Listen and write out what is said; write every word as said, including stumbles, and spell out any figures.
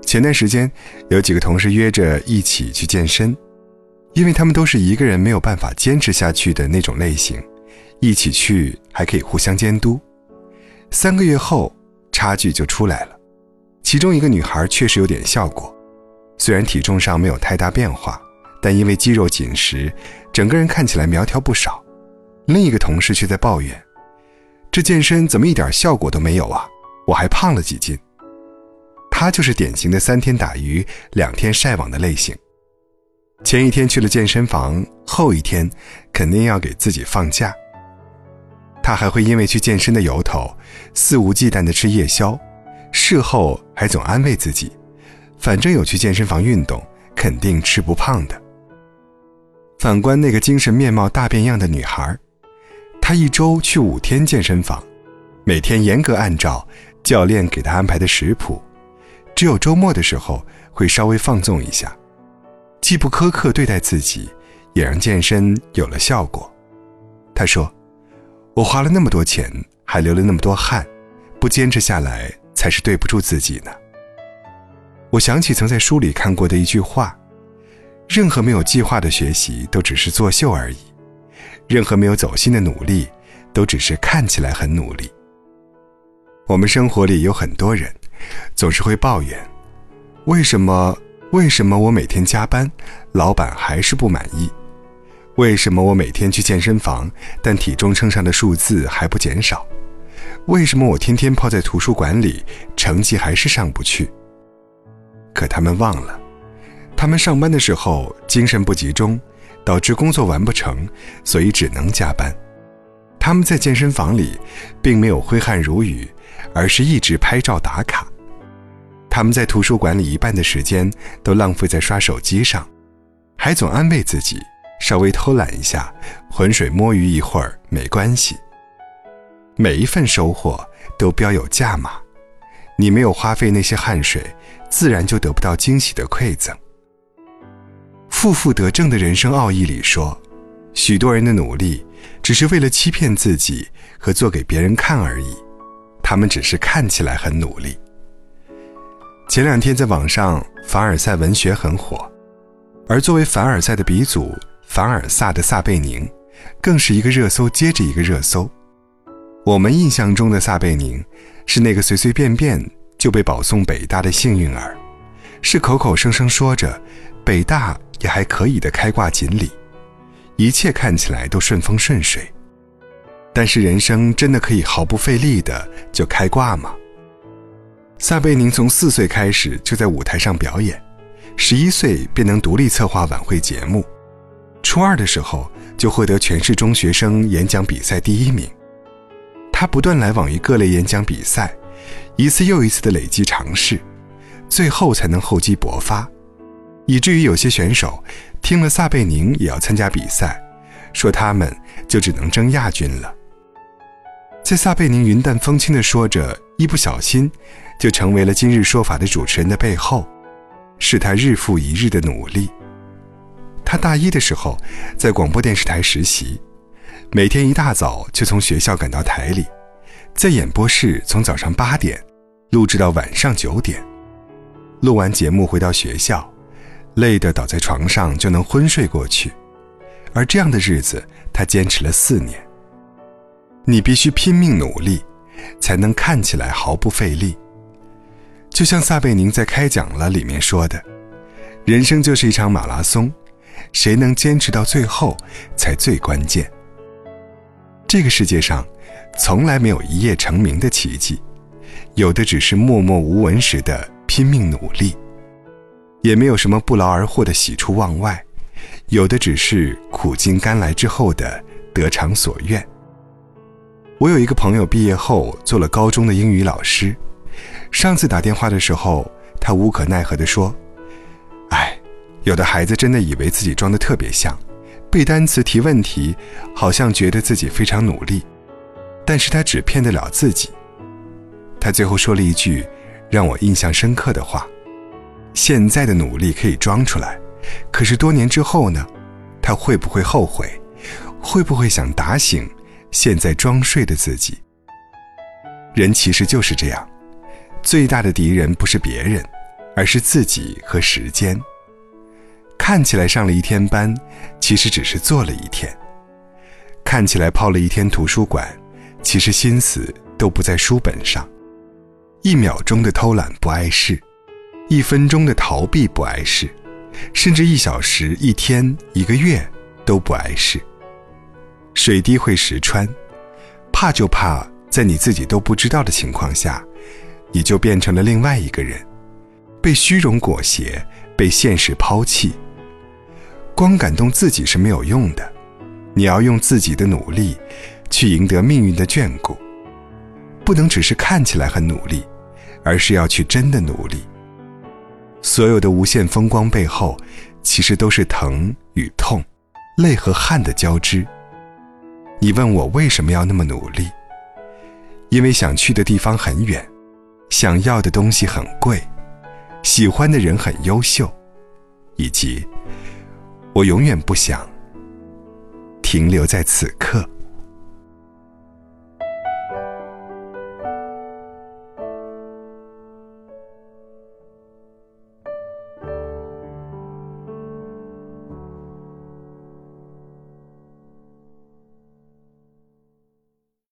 前段时间有几个同事约着一起去健身，因为他们都是一个人没有办法坚持下去的那种类型，一起去还可以互相监督。三个月后差距就出来了，其中一个女孩确实有点效果，虽然体重上没有太大变化，但因为肌肉紧实，整个人看起来苗条不少。另一个同事却在抱怨，这健身怎么一点效果都没有啊，我还胖了几斤。他就是典型的三天打鱼两天晒网的类型，前一天去了健身房，后一天肯定要给自己放假。他还会因为去健身的由头肆无忌惮地吃夜宵，事后还总安慰自己，反正有去健身房运动，肯定吃不胖的。反观那个精神面貌大变样的女孩，她一周去五天健身房，每天严格按照教练给她安排的食谱，只有周末的时候会稍微放纵一下，既不苛刻对待自己，也让健身有了效果。她说，我花了那么多钱，还流了那么多汗，不坚持下来才是对不住自己呢。我想起曾在书里看过的一句话，任何没有计划的学习都只是作秀而已，任何没有走心的努力都只是看起来很努力。我们生活里有很多人总是会抱怨，为什么为什么我每天加班，老板还是不满意？为什么我每天去健身房，但体重秤上的数字还不减少？为什么我天天泡在图书馆里，成绩还是上不去？可他们忘了，他们上班的时候精神不集中，导致工作完不成，所以只能加班。他们在健身房里并没有挥汗如雨，而是一直拍照打卡。他们在图书馆里一半的时间都浪费在刷手机上，还总安慰自己稍微偷懒一下，浑水摸鱼一会儿没关系。每一份收获都标有价码，你没有花费那些汗水，自然就得不到惊喜的馈赠。负负得正的人生奥义里说，许多人的努力只是为了欺骗自己和做给别人看而已，他们只是看起来很努力。前两天在网上凡尔赛文学很火，而作为凡尔赛的鼻祖凡尔萨的撒贝宁更是一个热搜接着一个热搜。我们印象中的撒贝宁是那个随随便便就被保送北大的幸运儿，是口口声声说着北大也还可以的开挂锦鲤，一切看起来都顺风顺水。但是人生真的可以毫不费力的就开挂吗？撒贝宁从四岁开始就在舞台上表演，十一岁便能独立策划晚会节目，初二的时候就获得全市中学生演讲比赛第一名。他不断来往于各类演讲比赛，一次又一次的累积尝试，最后才能厚积薄发，以至于有些选手听了撒贝宁也要参加比赛，说他们就只能争亚军了。在撒贝宁云淡风轻地说着一不小心就成为了今日说法的主持人的背后，是他日复一日的努力。他大一的时候在广播电视台实习，每天一大早就从学校赶到台里，在演播室从早上八点录制到晚上九点，录完节目回到学校，累得倒在床上就能昏睡过去。而这样的日子他坚持了四年。你必须拼命努力，才能看起来毫不费力。就像撒贝宁在开讲了里面说的，人生就是一场马拉松，谁能坚持到最后才最关键。这个世界上从来没有一夜成名的奇迹，有的只是默默无闻时的拼命努力，也没有什么不劳而获的喜出望外，有的只是苦尽甘来之后的得偿所愿。我有一个朋友毕业后做了高中的英语老师，上次打电话的时候，他无可奈何地说，哎，有的孩子真的以为自己装得特别像，背单词提问题，好像觉得自己非常努力，但是他只骗得了自己。他最后说了一句让我印象深刻的话，现在的努力可以装出来，可是多年之后呢，他会不会后悔，会不会想打醒现在装睡的自己？人其实就是这样，最大的敌人不是别人， 而是自己和时间。看起来上了一天班，其实只是做了一天；看起来泡了一天图书馆，其实心思都不在书本上。一秒钟的偷懒不碍事，一分钟的逃避不碍事，甚至一小时、一天、一个月都不碍事。水滴会石穿，怕就怕在你自己都不知道的情况下，你就变成了另外一个人，被虚荣裹挟，被现实抛弃。光感动自己是没有用的，你要用自己的努力去赢得命运的眷顾，不能只是看起来很努力，而是要去真的努力。所有的无限风光背后，其实都是疼与痛，泪和汗的交织。你问我为什么要那么努力？因为想去的地方很远，想要的东西很贵，喜欢的人很优秀，以及我永远不想停留在此刻。